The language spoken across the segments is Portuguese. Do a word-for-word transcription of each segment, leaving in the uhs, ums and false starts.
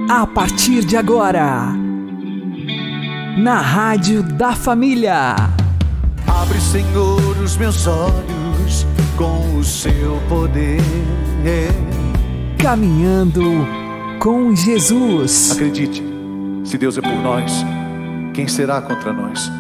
A partir de agora, na Rádio da Família. Abre, Senhor, os meus olhos com o seu poder. Caminhando com Jesus. Acredite, se Deus é por nós, quem será contra nós?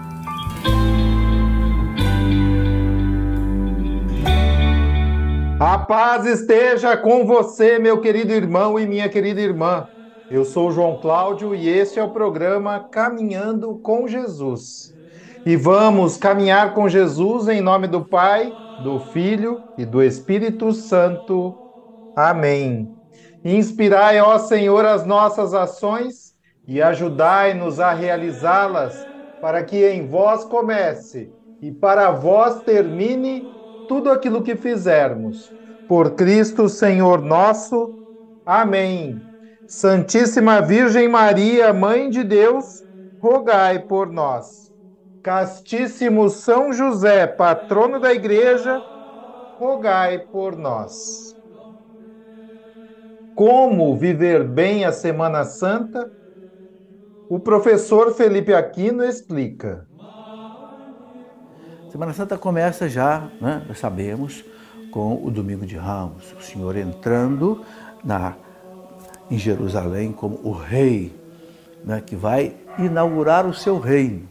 A paz esteja com você, meu querido irmão e minha querida irmã. Eu sou o João Cláudio e este é o programa Caminhando com Jesus. E vamos caminhar com Jesus em nome do Pai, do Filho e do Espírito Santo. Amém. Inspirai, ó Senhor, as nossas ações e ajudai-nos a realizá-las, para que em vós comece e para vós termine tudo aquilo que fizermos. Por Cristo, Senhor nosso. Amém. Santíssima Virgem Maria, Mãe de Deus, rogai por nós. Castíssimo São José, patrono da Igreja, rogai por nós. Como viver bem a Semana Santa? O professor Felipe Aquino explica. Semana Santa começa já, né, nós sabemos, com o Domingo de Ramos, o Senhor entrando na, em Jerusalém como o rei, né, que vai inaugurar o seu reino.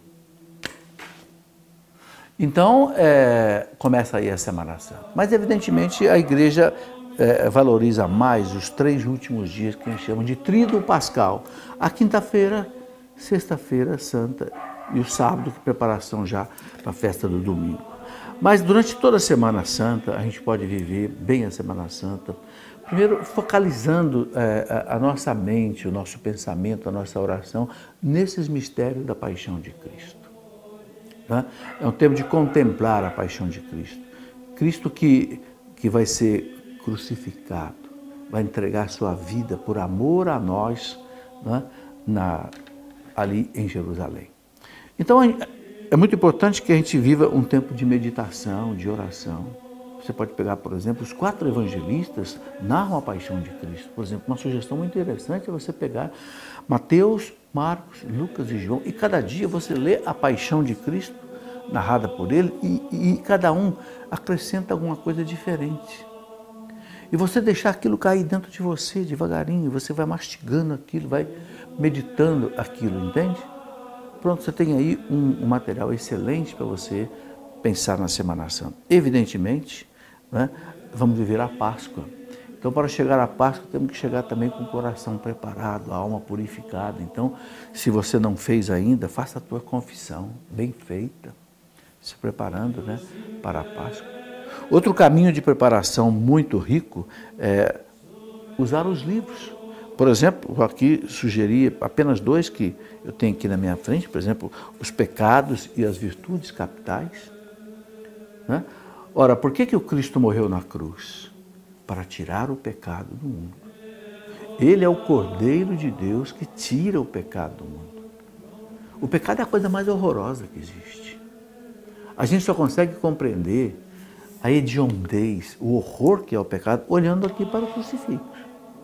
Então, é, começa aí a Semana Santa. Mas, evidentemente, a Igreja é, valoriza mais os três últimos dias que a gente chama de Tríduo Pascal. A quinta-feira, sexta-feira santa e o sábado, que é preparação já para a festa do domingo. Mas durante toda a Semana Santa, a gente pode viver bem a Semana Santa, primeiro focalizando é, a nossa mente, o nosso pensamento, a nossa oração, nesses mistérios da paixão de Cristo. Né? É um tempo de contemplar a paixão de Cristo. Cristo que, que vai ser crucificado, vai entregar sua vida por amor a nós, né? Na, ali em Jerusalém. Então, é muito importante que a gente viva um tempo de meditação, de oração. Você pode pegar, por exemplo, os quatro evangelistas narram a paixão de Cristo. Por exemplo, uma sugestão muito interessante é você pegar Mateus, Marcos, Lucas e João, e cada dia você lê a paixão de Cristo, narrada por ele, e, e cada um acrescenta alguma coisa diferente. E você deixar aquilo cair dentro de você devagarinho, você vai mastigando aquilo, vai meditando aquilo, entende? Pronto, você tem aí um, um material excelente para você pensar na Semana Santa. Evidentemente, né, vamos viver a Páscoa. Então, para chegar à Páscoa, temos que chegar também com o coração preparado, a alma purificada. Então, se você não fez ainda, faça a tua confissão, bem feita, se preparando, né, para a Páscoa. Outro caminho de preparação muito rico é usar os livros. Por exemplo, eu aqui sugeri apenas dois que eu tenho aqui na minha frente, por exemplo, os pecados e as virtudes capitais. Né? Ora, por que que o Cristo morreu na cruz? Para tirar o pecado do mundo. Ele é o Cordeiro de Deus que tira o pecado do mundo. O pecado é a coisa mais horrorosa que existe. A gente só consegue compreender a hediondez, o horror que é o pecado, olhando aqui para o crucifixo.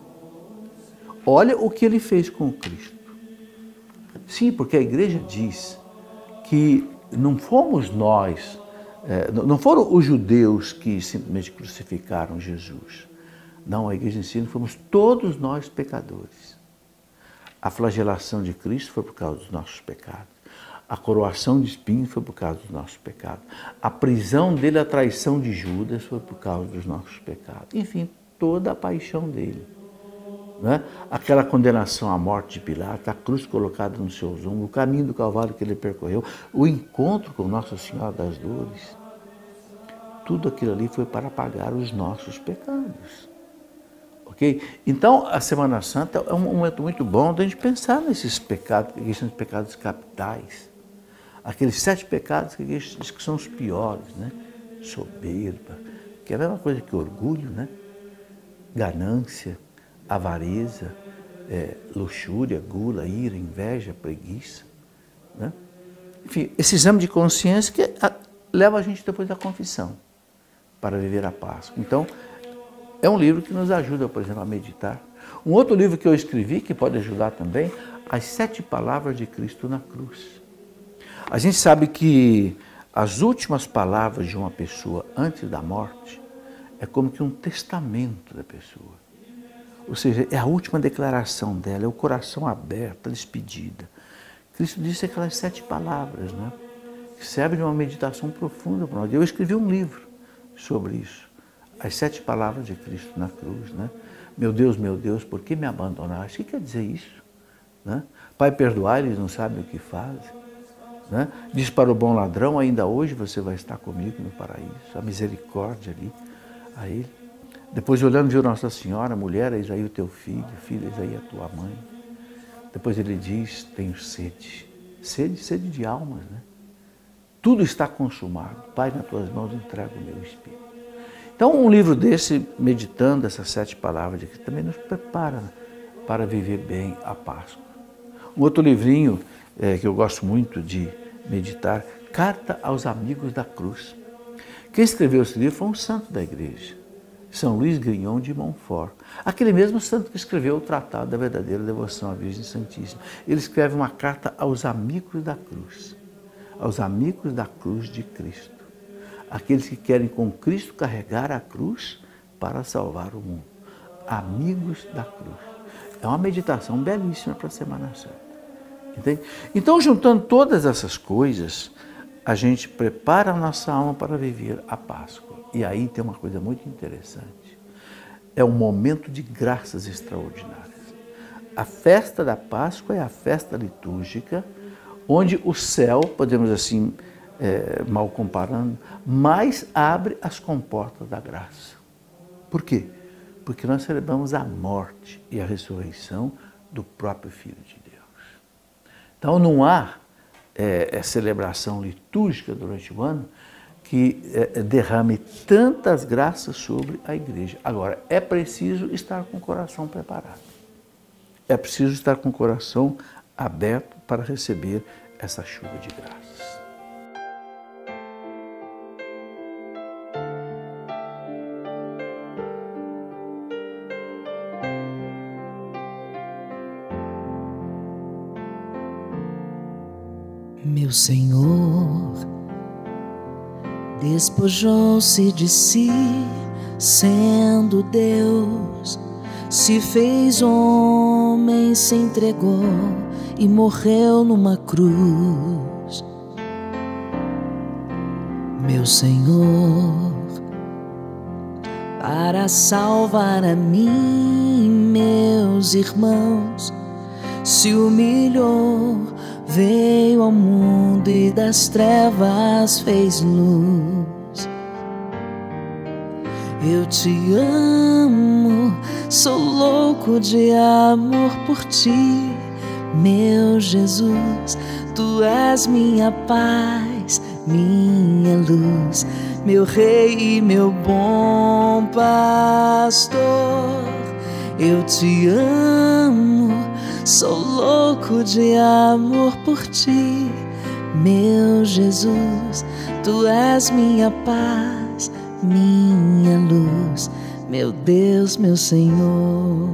Olha o que ele fez com o Cristo. Sim, porque a igreja diz que não fomos nós, é, não foram os judeus que simplesmente crucificaram Jesus. Não, a igreja ensina que fomos todos nós pecadores. A flagelação de Cristo foi por causa dos nossos pecados. A coroação de espinhos foi por causa dos nossos pecados. A prisão dele, a traição de Judas foi por causa dos nossos pecados. Enfim, toda a paixão dele. Né? Aquela condenação à morte de Pilatos, a cruz colocada no seu ombros, o caminho do Calvário que ele percorreu, o encontro com Nossa Senhora das Dores, tudo aquilo ali foi para pagar os nossos pecados. Ok? Então, a Semana Santa é um momento muito bom de a gente pensar nesses pecados, que são os pecados capitais, aqueles sete pecados que diz que são os piores, né? Soberba, que é a mesma coisa que orgulho, né? Ganância, avareza, é, luxúria, gula, ira, inveja, preguiça. Né? Enfim, esse exame de consciência que a, leva a gente depois à confissão para viver a Páscoa. Então, é um livro que nos ajuda, por exemplo, a meditar. Um outro livro que eu escrevi, que pode ajudar também, As Sete Palavras de Cristo na Cruz. A gente sabe que as últimas palavras de uma pessoa antes da morte é como que um testamento da pessoa. Ou seja, é a última declaração dela, é o coração aberto, a despedida. Cristo disse aquelas sete palavras, né? Que servem de uma meditação profunda para nós. Eu escrevi um livro sobre isso. As Sete Palavras de Cristo na Cruz, né? Meu Deus, meu Deus, por que me abandonaste? O que quer dizer isso? Né? Pai, perdoai, eles não sabem o que fazem. Né? Diz para o bom ladrão, ainda hoje você vai estar comigo no paraíso. A misericórdia ali a ele. Depois, olhando, viu Nossa Senhora, mulher, eis aí o teu filho, filho, eis aí a tua mãe. Depois ele diz, tenho sede. Sede, sede de almas, né? Tudo está consumado. Pai, nas tuas mãos entrego o meu espírito. Então, um livro desse, meditando essas sete palavras de Cristo, também nos prepara para viver bem a Páscoa. Um outro livrinho é, que eu gosto muito de meditar, Carta aos Amigos da Cruz. Quem escreveu esse livro foi um santo da igreja, São Luís Grignon de Montfort. Aquele mesmo santo que escreveu o Tratado da Verdadeira Devoção à Virgem Santíssima. Ele escreve uma carta aos amigos da cruz, aos amigos da cruz de Cristo. Aqueles que querem com Cristo carregar a cruz para salvar o mundo. Amigos da cruz. É uma meditação belíssima para a Semana Santa. Entende? Então, juntando todas essas coisas, a gente prepara a nossa alma para viver a Páscoa. E aí tem uma coisa muito interessante. É um momento de graças extraordinárias. A festa da Páscoa é a festa litúrgica, onde o céu, podemos assim, é, mal comparando, mais abre as comportas da graça. Por quê? Porque nós celebramos a morte e a ressurreição do próprio Filho de Deus. Então não há é, é, celebração litúrgica durante o ano que é, derrame tantas graças sobre a igreja. Agora, é preciso estar com o coração preparado. É preciso estar com o coração aberto para receber essa chuva de graças. Meu Senhor despojou-se de si, sendo Deus, se fez homem, se entregou e morreu numa cruz. Meu Senhor, para salvar a mim e meus irmãos, se humilhou, veio ao mundo e das trevas fez luz. Eu te amo, sou louco de amor por ti, meu Jesus. Tu és minha paz, minha luz, meu rei e meu bom pastor. Eu te amo, sou louco de amor por ti, meu Jesus. Tu és minha paz, minha luz, meu Deus, meu Senhor.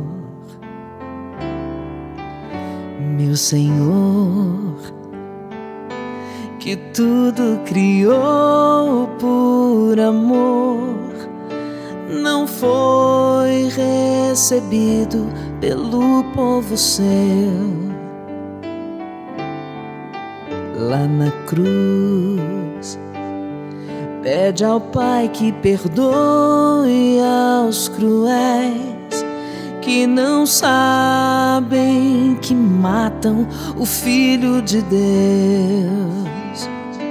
Meu Senhor, que tudo criou por amor, não foi recebido pelo povo seu. Lá na cruz, pede ao Pai que perdoe aos cruéis, que não sabem que matam o Filho de Deus.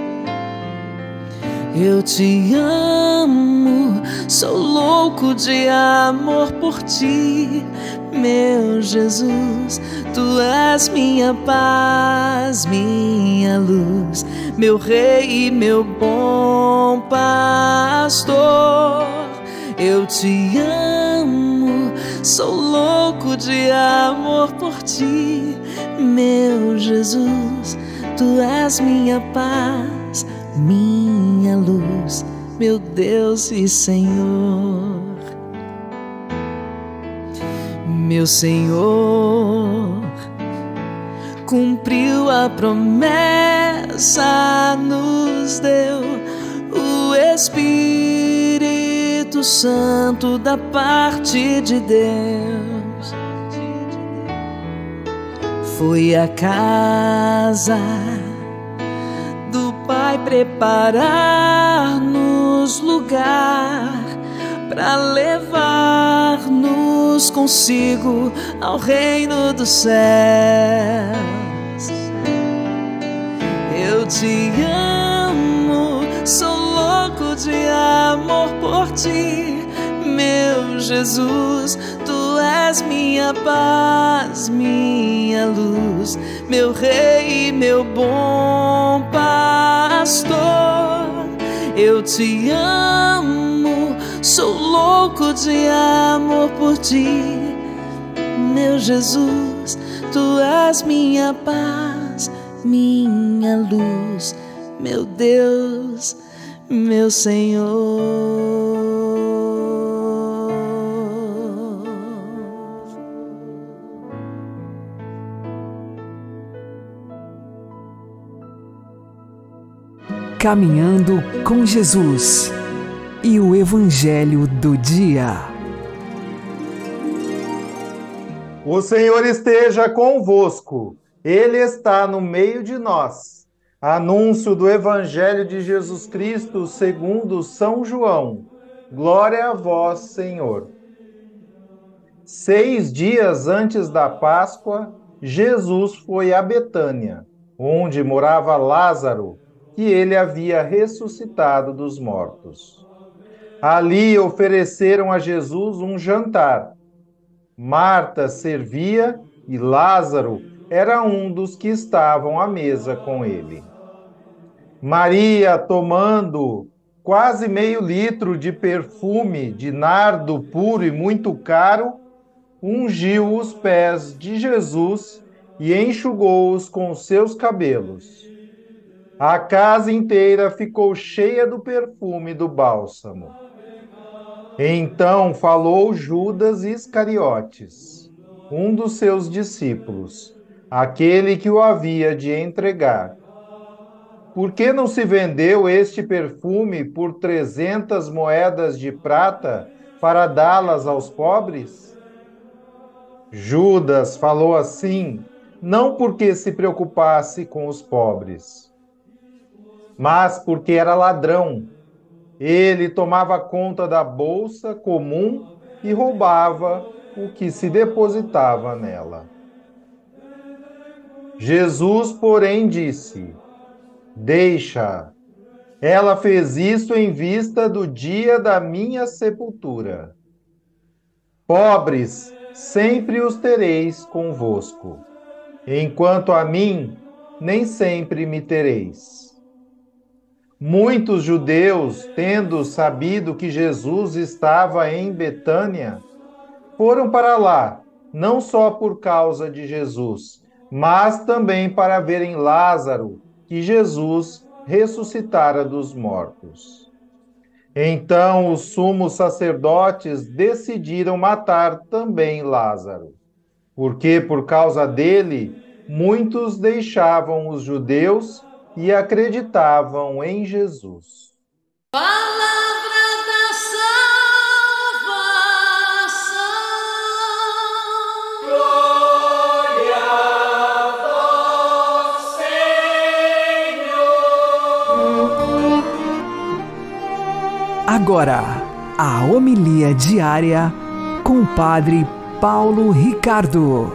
Eu te amo, sou louco de amor por ti, meu Jesus. Tu és minha paz, minha luz, meu rei e meu bom pastor. Eu te amo, sou louco de amor por ti, meu Jesus. Tu és minha paz, minha luz, meu Deus e Senhor. meu Senhor cumpriu a promessa, nos deu o Espírito Santo da parte de Deus. Foi a casa do Pai preparar-nos lugar para levar-nos consigo ao reino dos céus. Eu te amo, sou louco de amor por ti, meu Jesus. Tu és minha paz, minha luz, meu Rei, meu bom pastor. Eu te amo, sou louco de amor por ti, meu Jesus. Tu és minha paz, minha luz, meu Deus, meu Senhor. Caminhando com Jesus e o Evangelho do Dia. O Senhor esteja convosco, Ele está no meio de nós. Anúncio do Evangelho de Jesus Cristo segundo São João. Glória a vós, Senhor. Seis dias antes da Páscoa, Jesus foi a Betânia, onde morava Lázaro, que ele havia ressuscitado dos mortos. Ali ofereceram a Jesus um jantar. Marta servia e Lázaro era um dos que estavam à mesa com ele. Maria, tomando quase meio litro de perfume de nardo puro e muito caro, ungiu os pés de Jesus e enxugou-os com seus cabelos. A casa inteira ficou cheia do perfume do bálsamo. Então falou Judas Iscariotes, um dos seus discípulos, aquele que o havia de entregar. Por que não se vendeu este perfume por trezentas moedas de prata para dá-las aos pobres? Judas falou assim, não porque se preocupasse com os pobres, mas porque era ladrão. Ele tomava conta da bolsa comum e roubava o que se depositava nela. Jesus, porém, disse: deixa-a. Ela fez isso em vista do dia da minha sepultura. Pobres sempre os tereis convosco, enquanto a mim nem sempre me tereis. Muitos judeus, tendo sabido que Jesus estava em Betânia, foram para lá, não só por causa de Jesus, mas também para verem Lázaro, que Jesus ressuscitara dos mortos. Então os sumos sacerdotes decidiram matar também Lázaro, porque por causa dele muitos deixavam os judeus e acreditavam em Jesus. Palavra da salvação. Glória a vós, Senhor. Agora, a homilia diária com o Padre Paulo Ricardo.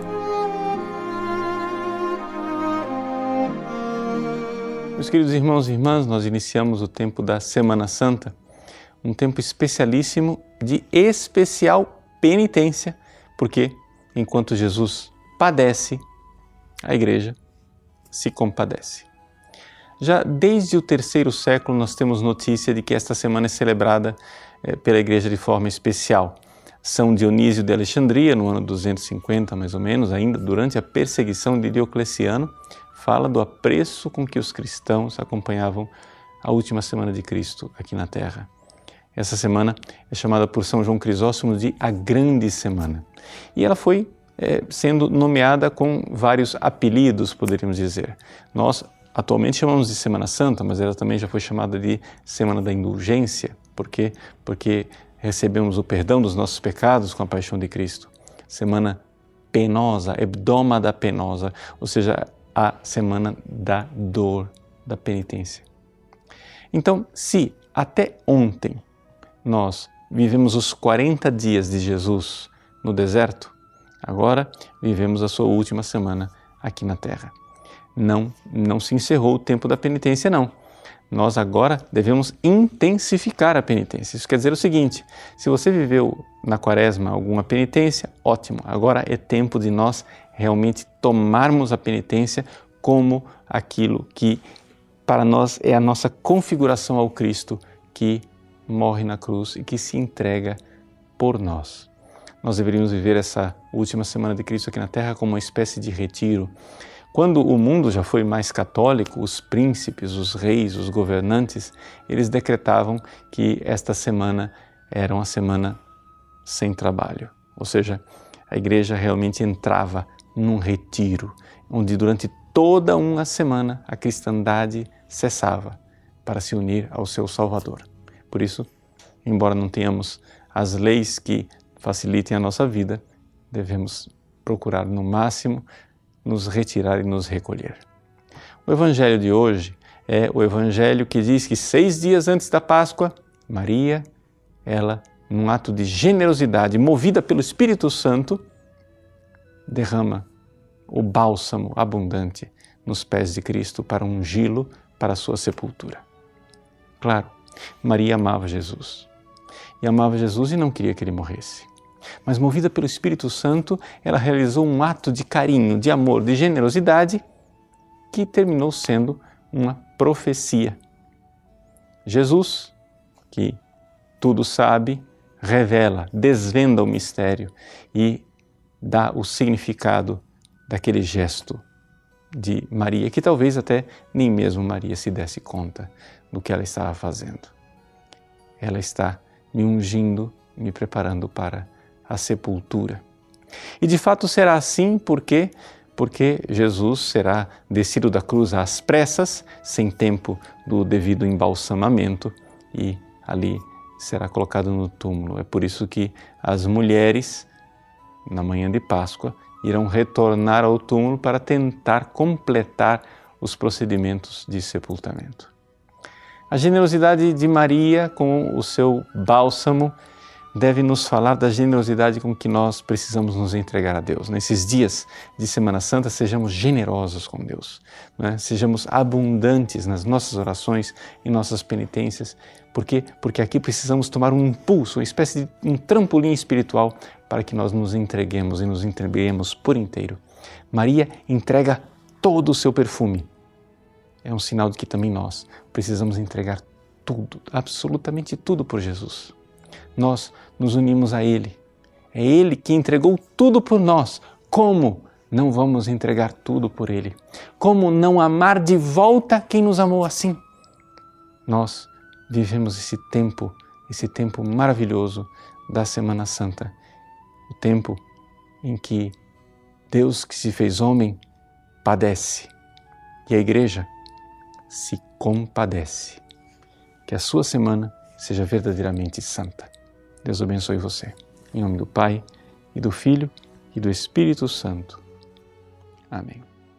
Meus queridos irmãos e irmãs, nós iniciamos o tempo da Semana Santa, um tempo especialíssimo de especial penitência, porque enquanto Jesus padece, a Igreja se compadece. Já desde o terceiro século nós temos notícia de que esta semana é celebrada eh, pela Igreja de forma especial. São Dionísio de Alexandria, no ano duzentos e cinquenta mais ou menos, ainda durante a perseguição de Diocleciano, fala do apreço com que os cristãos acompanhavam a última semana de Cristo aqui na Terra. Essa semana é chamada por São João Crisóstomo de a Grande Semana. E ela foi é, sendo nomeada com vários apelidos, poderíamos dizer. Nós atualmente chamamos de Semana Santa, mas ela também já foi chamada de Semana da Indulgência. Por quê? Porque recebemos o perdão dos nossos pecados com a paixão de Cristo. Semana penosa, hebdômada penosa, ou seja, a semana da dor, da penitência. Então, se até ontem nós vivemos os quarenta dias de Jesus no deserto, agora vivemos a sua última semana aqui na Terra. Não, não se encerrou o tempo da penitência, não. Nós agora devemos intensificar a penitência. Isso quer dizer o seguinte: se você viveu na quaresma alguma penitência, ótimo. Agora é tempo de nós realmente tomarmos a penitência como aquilo que para nós é a nossa configuração ao Cristo que morre na cruz e que se entrega por nós. Nós deveríamos viver essa última semana de Cristo aqui na Terra como uma espécie de retiro. Quando o mundo já foi mais católico, os príncipes, os reis, os governantes, eles decretavam que esta semana era uma semana sem trabalho. Ou seja, a igreja realmente entrava num retiro, onde durante toda uma semana a cristandade cessava para se unir ao seu Salvador. Por isso, embora não tenhamos as leis que facilitem a nossa vida, devemos procurar no máximo nos retirar e nos recolher. O evangelho de hoje é o evangelho que diz que seis dias antes da Páscoa, Maria, ela, num ato de generosidade, movida pelo Espírito Santo, derrama o bálsamo abundante nos pés de Cristo para ungí-lo para a sua sepultura. Claro, Maria amava Jesus. E amava Jesus e não queria que ele morresse. Mas movida pelo Espírito Santo, ela realizou um ato de carinho, de amor, de generosidade, que terminou sendo uma profecia. Jesus, que tudo sabe, revela, desvenda o mistério e dá o significado daquele gesto de Maria, que talvez até nem mesmo Maria se desse conta do que ela estava fazendo. Ela está me ungindo, me preparando para a sepultura. E de fato será assim porque, porque Jesus será descido da cruz às pressas, sem tempo do devido embalsamamento, e ali será colocado no túmulo. É por isso que as mulheres, na manhã de Páscoa, irão retornar ao túmulo para tentar completar os procedimentos de sepultamento. A generosidade de Maria com o seu bálsamo deve nos falar da generosidade com que nós precisamos nos entregar a Deus. Nesses dias de Semana Santa, sejamos generosos com Deus, né? Sejamos abundantes nas nossas orações e nossas penitências. Por quê? Porque aqui precisamos tomar um impulso, uma espécie de um trampolim espiritual para que nós nos entreguemos e nos entreguemos por inteiro. Maria entrega todo o seu perfume. É um sinal de que também nós precisamos entregar tudo, absolutamente tudo por Jesus. Nós nos unimos a Ele. É Ele que entregou tudo por nós. Como não vamos entregar tudo por Ele? Como não amar de volta quem nos amou assim? Nós vivemos esse tempo, esse tempo maravilhoso da Semana Santa. O tempo em que Deus que se fez homem padece e a Igreja se compadece. Que a sua semana seja verdadeiramente santa. Deus abençoe você. Em nome do Pai, e do Filho, e do Espírito Santo. Amém.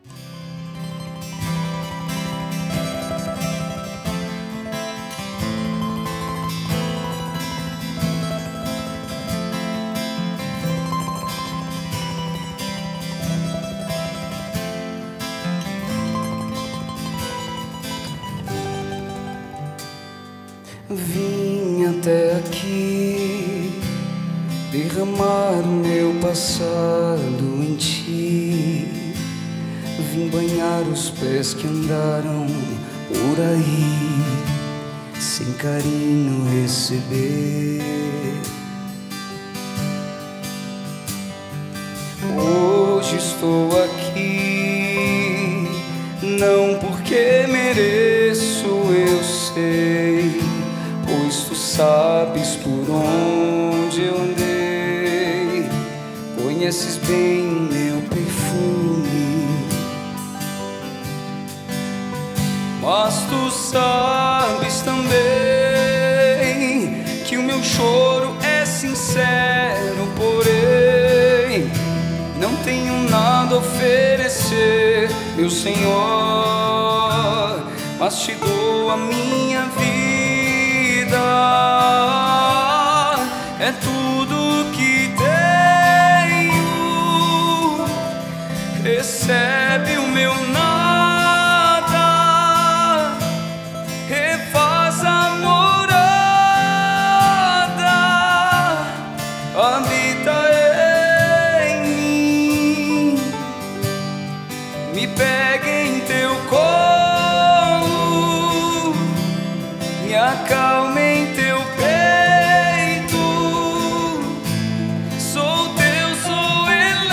Vim até aqui derramar o meu passado em ti. Vim banhar os pés que andaram por aí, sem carinho receber. Hoje estou aqui, não porque mereço, eu sei, pois tu sabes por onde eu andei, conheces bem meu perfume, mas tu sabes também que o meu choro é sincero, porém não tenho nada a oferecer, meu Senhor, mas te dou a minha vida, é tudo que tenho, recebe o meu nada, refaz a morada, habita em mim, me pega em teu colo, me acalma em teu peito, sou teu, sou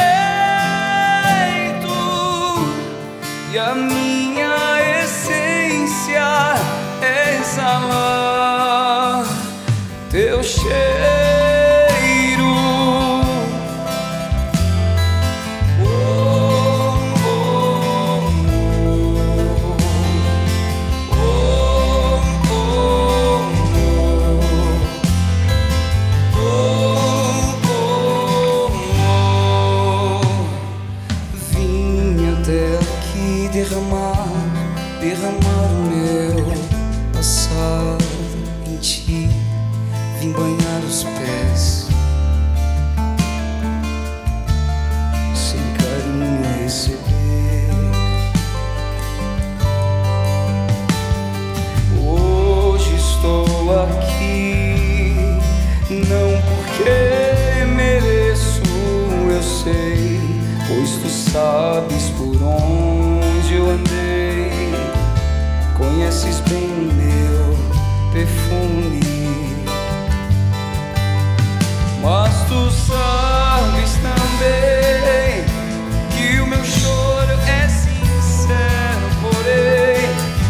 eleito, e a minha essência é exalar teu cheiro. Derramar, derramar o meu passado em ti, vim banhar os pés, sem carinho receber. Hoje estou aqui, não porque mereço, eu sei, pois tu sabes por onde eu andei, conheces bem meu perfume, mas tu sabes também que o meu choro é sincero, porém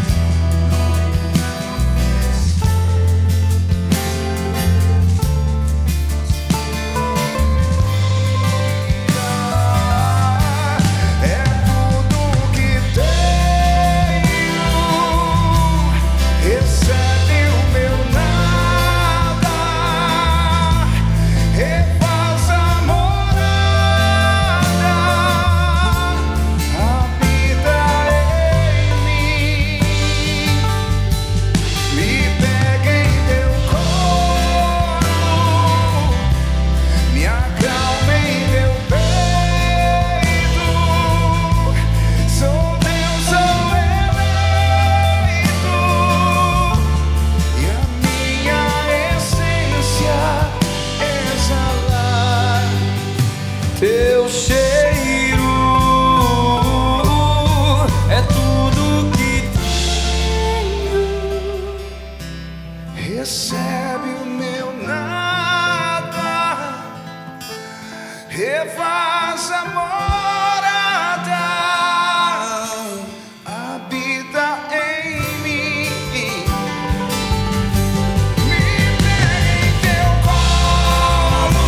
teu cheiro é tudo que tenho, recebe o meu nada, refaz a morada, habita em mim, me pega em teu colo,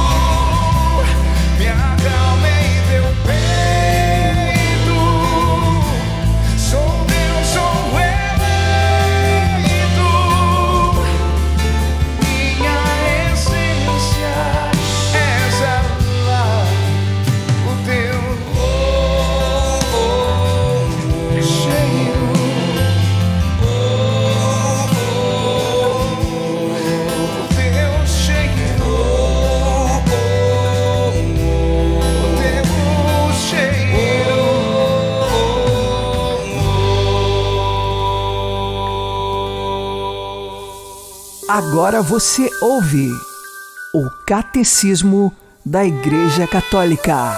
me acalma em teu peito, sou Deus, sou eleito, minha essência é exalar o teu cheiro, o teu cheiro, Agora você ouve o Catecismo da Igreja Católica.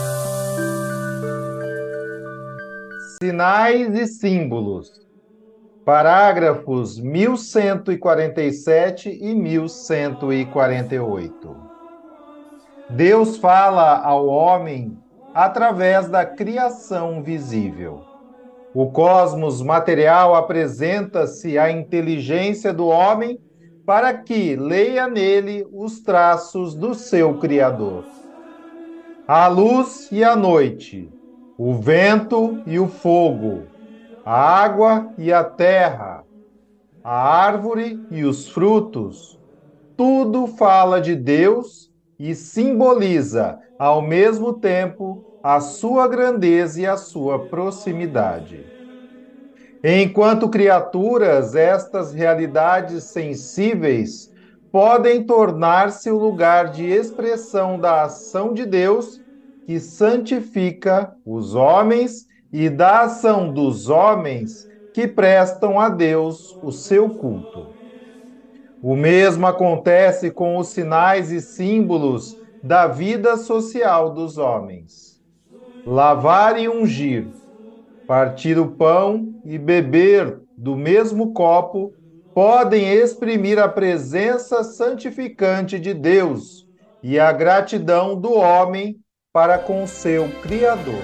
Sinais e símbolos. Parágrafos mil cento e quarenta e sete e mil cento e quarenta e oito. Deus fala ao homem através da criação visível. O cosmos material apresenta-se à inteligência do homem para que leia nele os traços do seu Criador. A luz e a noite, o vento e o fogo, a água e a terra, a árvore e os frutos, tudo fala de Deus e simboliza, ao mesmo tempo, a sua grandeza e a sua proximidade. Enquanto criaturas, estas realidades sensíveis podem tornar-se o lugar de expressão da ação de Deus que santifica os homens e da ação dos homens que prestam a Deus o seu culto. O mesmo acontece com os sinais e símbolos da vida social dos homens. Lavar e ungir, partir o pão e beber do mesmo copo podem exprimir a presença santificante de Deus e a gratidão do homem para com seu Criador.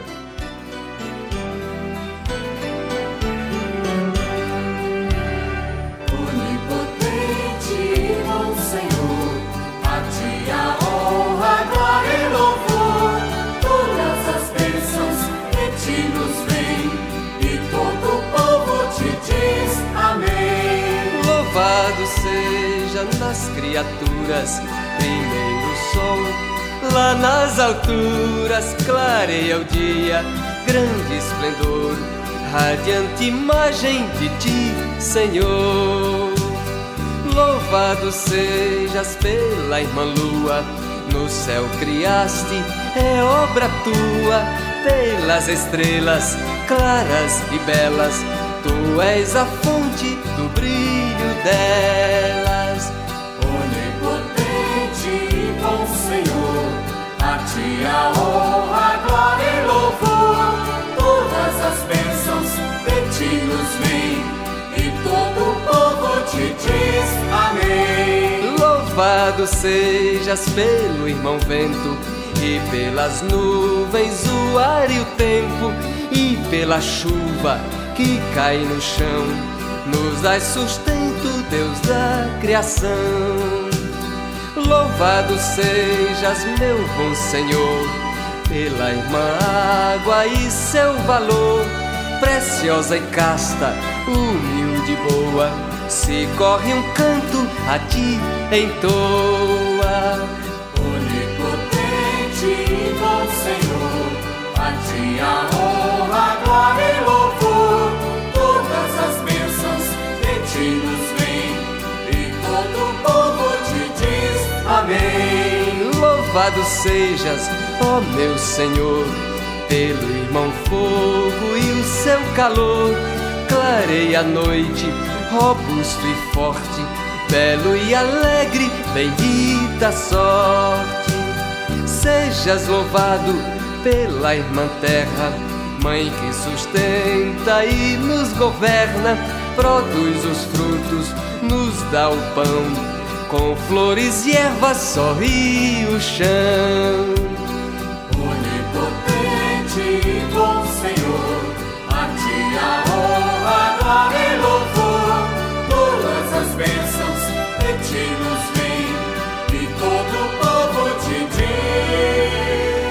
Louvado seja nas criaturas, primeiro sol, lá nas alturas, clareia o dia, grande esplendor, radiante imagem de ti, Senhor. Louvado sejas pela irmã lua, no céu criaste, é obra tua, pelas estrelas claras e belas, tu és a fonte do brilho delas. Onipotente e bom Senhor, a ti a honra, glória e louvor, todas as bênçãos de ti nos vêm, e todo o povo te diz amém. Louvado sejas pelo irmão vento, e pelas nuvens o ar e o tempo, e pela chuva que cai no chão, nos dás sustento, Deus da criação. Louvado sejas, meu bom Senhor, pela irmã água e seu valor, preciosa e casta, humilde e boa, se corre um canto a ti entoa. Onipotente e bom Senhor, a ti a honra, glória e louvor, todas as bênçãos de ti nos vêm, e todo o povo te diz amém. Louvado sejas, ó meu Senhor, pelo irmão fogo e o seu calor, clareia a noite, robusto e forte, belo e alegre, bendita sorte. Sejas louvado pela irmã terra, mãe que sustenta e nos governa, produz os frutos, nos dá o pão, com flores e ervas sorri o chão. Onipotente e bom Senhor, a ti a honra, glória e louvor, todas as bênçãos de ti nos vêm, e todo o povo te diz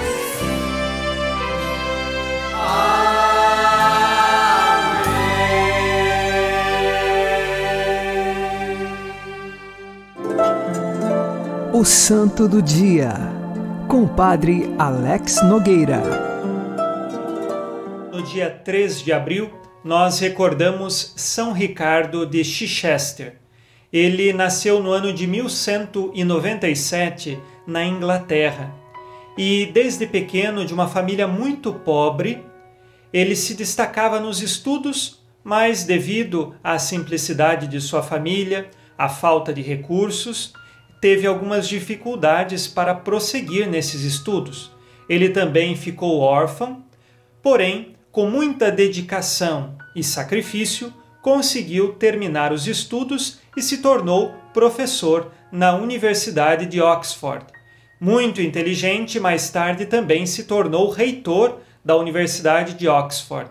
O Santo do Dia, com o Padre Alex Nogueira. No dia três de abril, nós recordamos São Ricardo de Chichester. Ele nasceu no ano de mil cento e noventa e sete, na Inglaterra. E desde pequeno, de uma família muito pobre, ele se destacava nos estudos, mas devido à simplicidade de sua família, à falta de recursos, teve algumas dificuldades para prosseguir nesses estudos. Ele também ficou órfão, porém, com muita dedicação e sacrifício, conseguiu terminar os estudos e se tornou professor na Universidade de Oxford. Muito inteligente, mais tarde também se tornou reitor da Universidade de Oxford.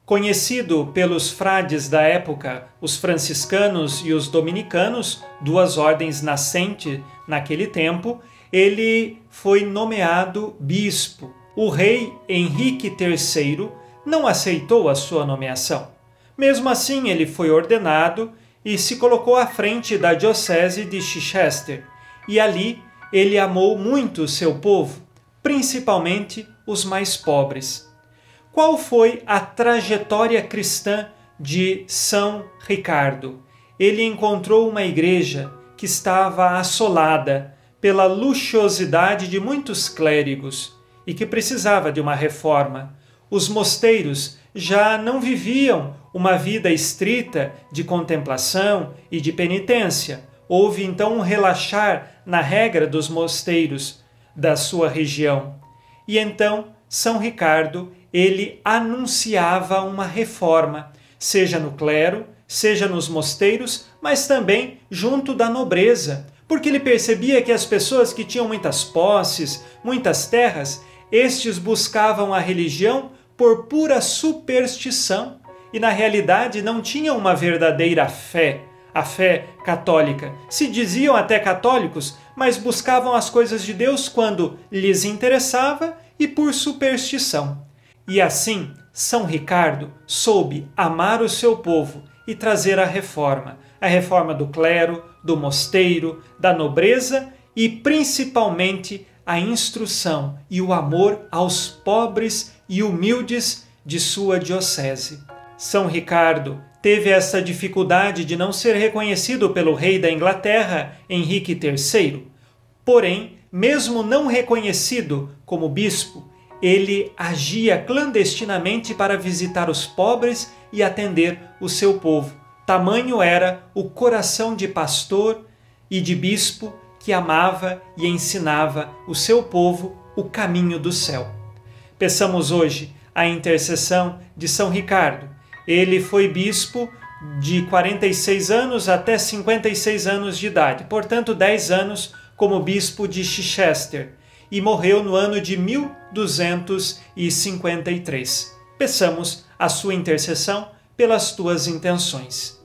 Conhecido pelos frades da época, os franciscanos e os dominicanos, duas ordens nascentes naquele tempo, ele foi nomeado bispo. O rei Henrique terceiro não aceitou a sua nomeação. Mesmo assim, ele foi ordenado e se colocou à frente da diocese de Chichester. E ali ele amou muito o seu povo, principalmente os mais pobres. Qual foi a trajetória cristã de São Ricardo? Ele encontrou uma igreja que estava assolada pela luxuosidade de muitos clérigos e que precisava de uma reforma. Os mosteiros já não viviam uma vida estrita de contemplação e de penitência. Houve então um relaxar na regra dos mosteiros da sua região. E então São Ricardo, ele anunciava uma reforma, seja no clero, seja nos mosteiros, mas também junto da nobreza, porque ele percebia que as pessoas que tinham muitas posses, muitas terras, estes buscavam a religião por pura superstição e na realidade não tinham uma verdadeira fé, a fé católica. Se diziam até católicos, mas buscavam as coisas de Deus quando lhes interessava e por superstição. E assim, São Ricardo soube amar o seu povo e trazer a reforma, a reforma do clero, do mosteiro, da nobreza e principalmente a instrução e o amor aos pobres e humildes de sua diocese. São Ricardo teve essa dificuldade de não ser reconhecido pelo rei da Inglaterra, Henrique terceiro. Porém, mesmo não reconhecido como bispo, ele agia clandestinamente para visitar os pobres e atender o seu povo. Tamanho era o coração de pastor e de bispo que amava e ensinava o seu povo o caminho do céu. Peçamos hoje a intercessão de São Ricardo. Ele foi bispo de quarenta e seis anos até cinquenta e seis anos de idade, portanto dez anos como bispo de Chichester, e morreu no ano de mil duzentos e cinquenta e três. Peçamos a sua intercessão pelas tuas intenções.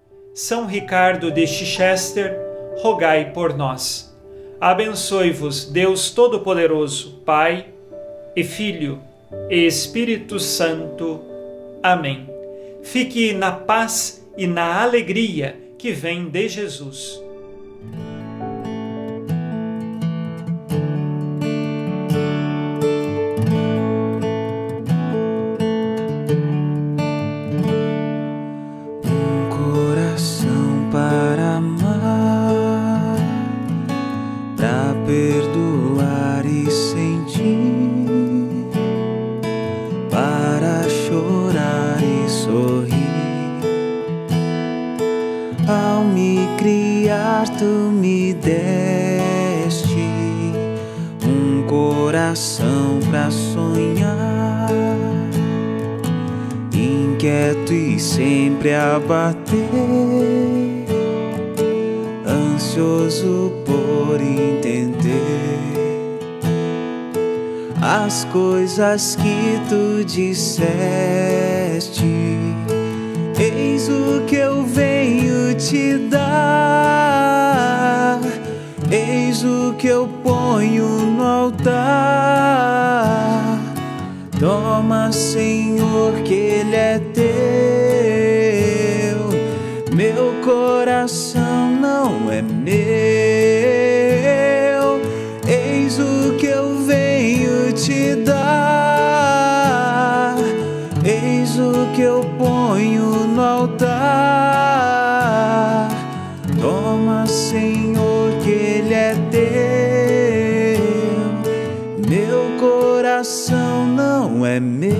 São Ricardo de Chichester, rogai por nós. Abençoe-vos Deus Todo-Poderoso, Pai e Filho e Espírito Santo. Amém. Fique na paz e na alegria que vem de Jesus. Perdoar e sentir, para chorar e sorrir. Ao me criar, tu me deste um coração pra sonhar, inquieto e sempre a bater, ansioso por entender as coisas que tu disseste. Eis o que eu venho te dar, eis o que eu ponho no altar. Toma, Senhor, que ele é teu, meu coração não é meu. Eis o que eu venho te dar, eis o que eu ponho no altar. Toma, Senhor, que ele é teu, meu coração não é meu.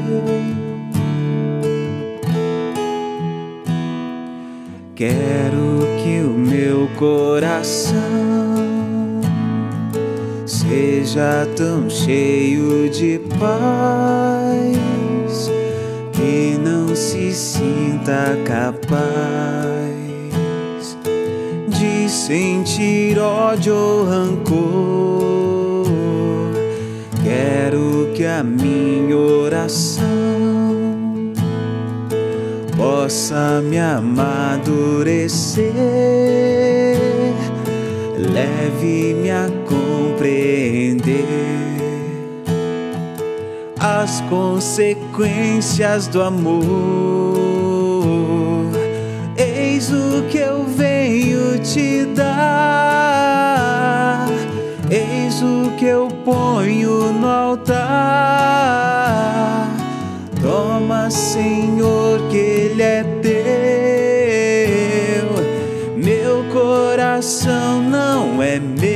Quero que o meu coração seja tão cheio de paz que não se sinta capaz de sentir ódio ou rancor. Quero que a minha oração possa me amadurecer, leve-me a compreender as consequências do amor. Eis o que eu venho te dar, eis o que eu ponho no altar. Toma, Senhor, que Ele é teu. Meu coração não é meu.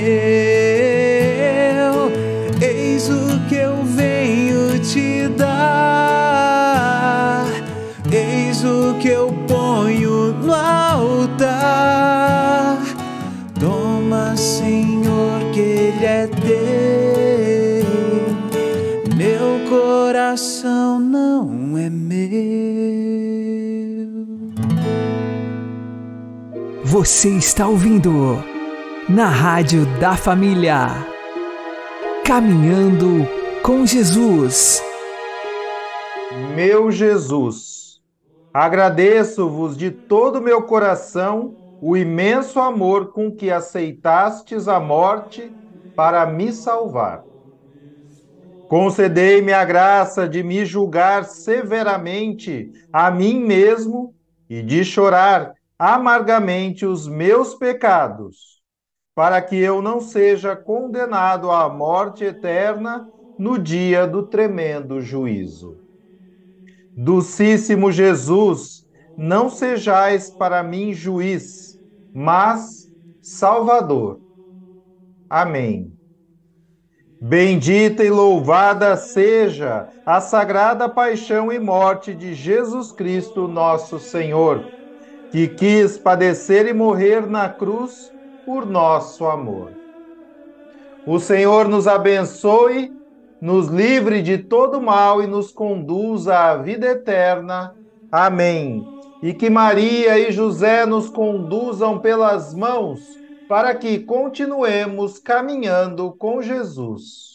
Eis o que eu venho te dar, eis o que eu ponho no altar. Toma, Senhor, que Ele é teu. Meu coração não é meu. Você está ouvindo na Rádio da Família, Caminhando com Jesus. Meu Jesus, agradeço-vos de todo o meu coração o imenso amor com que aceitastes a morte para me salvar. Concedei-me a graça de me julgar severamente a mim mesmo e de chorar amargamente os meus pecados, para que eu não seja condenado à morte eterna no dia do tremendo juízo. Docíssimo Jesus, não sejais para mim juiz, mas Salvador. Amém. Bendita e louvada seja a sagrada paixão e morte de Jesus Cristo, nosso Senhor, que quis padecer e morrer na cruz por nosso amor. O Senhor nos abençoe, nos livre de todo mal e nos conduza à vida eterna. Amém. E que Maria e José nos conduzam pelas mãos para que continuemos caminhando com Jesus.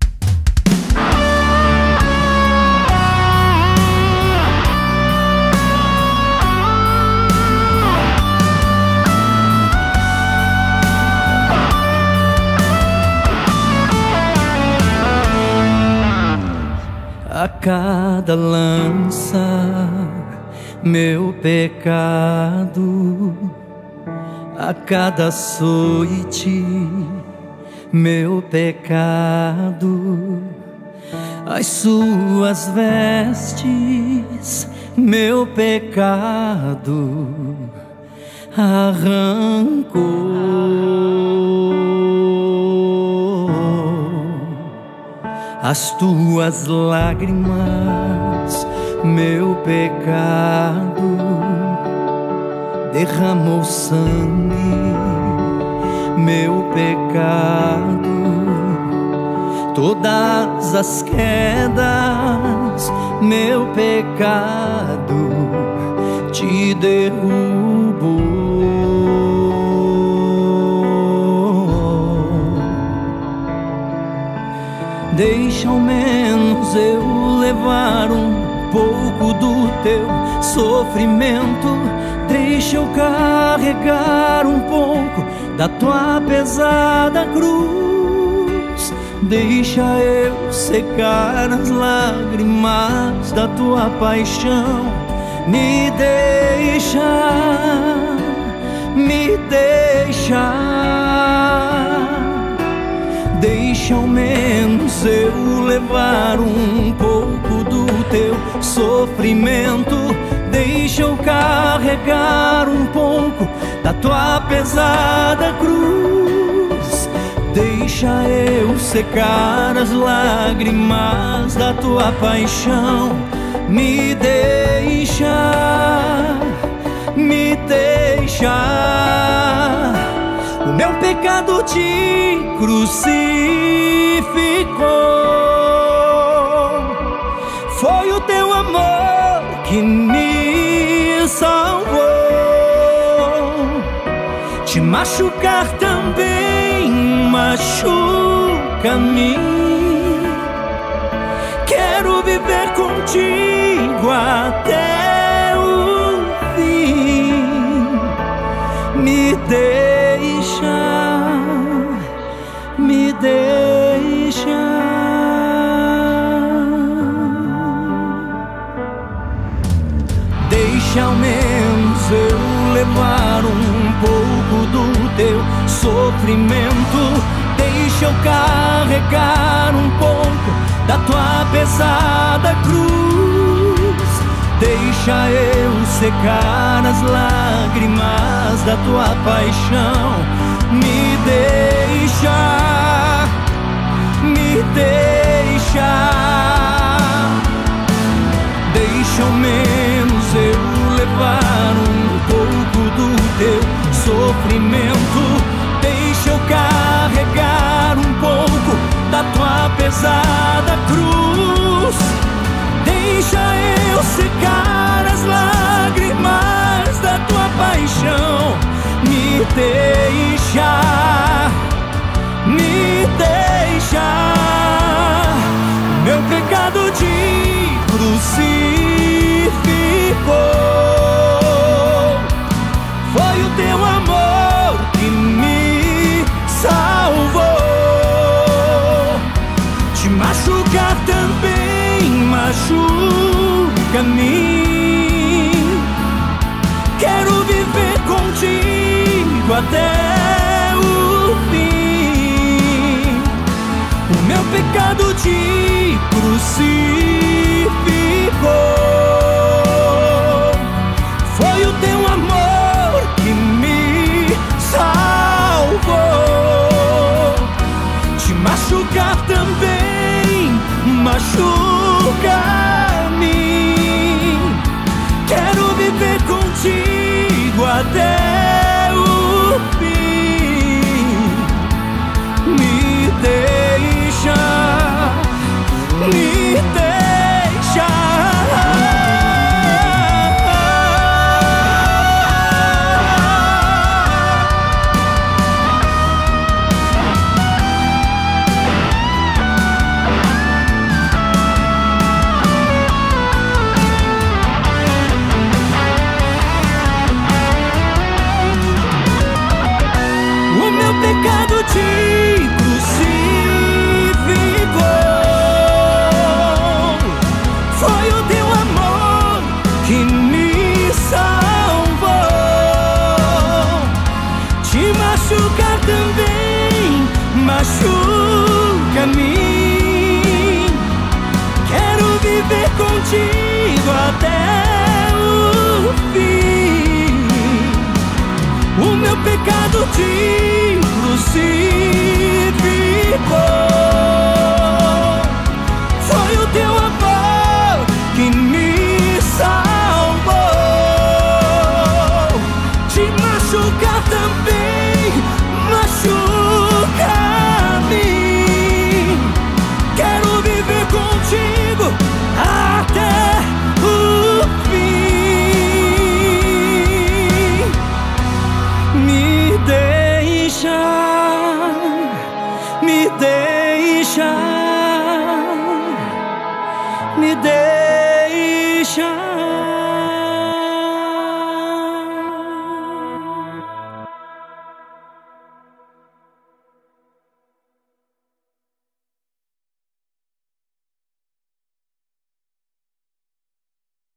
A cada lança, meu pecado, a cada açoite, meu pecado, as suas vestes, meu pecado, arrancou. As tuas lágrimas, meu pecado, derramou sangue, meu pecado, todas as quedas, meu pecado, te derrubou. Deixa ao menos eu levar um pouco do teu sofrimento, deixa eu carregar um pouco da tua pesada cruz, deixa eu secar as lágrimas da tua paixão, me deixa, me deixa. Deixa ao menos eu levar um pouco do teu sofrimento, deixa eu carregar um pouco da tua pesada cruz, deixa eu secar as lágrimas da tua paixão, me deixa, me deixa. O meu pecado te crucificou, foi o teu amor que me salvou. Te machucar também machuca-me. Quero viver contigo até o deixa ao menos eu levar um pouco do teu sofrimento. Deixa eu carregar um pouco da tua pesada cruz. Deixa eu secar as lágrimas da tua paixão. Me deixa, me deixa. Deixa ao menos eu levar um pouco do teu sofrimento. Deixa eu carregar um pouco da tua pesada cruz. Deixa eu secar as lágrimas da tua paixão. Me deixa, me deixa. Meu pecado te crucificou. Foi o teu amor que me salvou. Te machucar também machuca-me. Quero viver contigo até o fim. O meu pecado te crucificou. Foi o teu amor que me salvou. Te machucar também machuca-me. Quero viver contigo até o fim. Me deixa, me deixa. O meu pecado te crucificou. Foi o teu amor que me salvou. Te machucar também machuca-me. Quero viver contigo até o fim. O meu pecado te crucificou.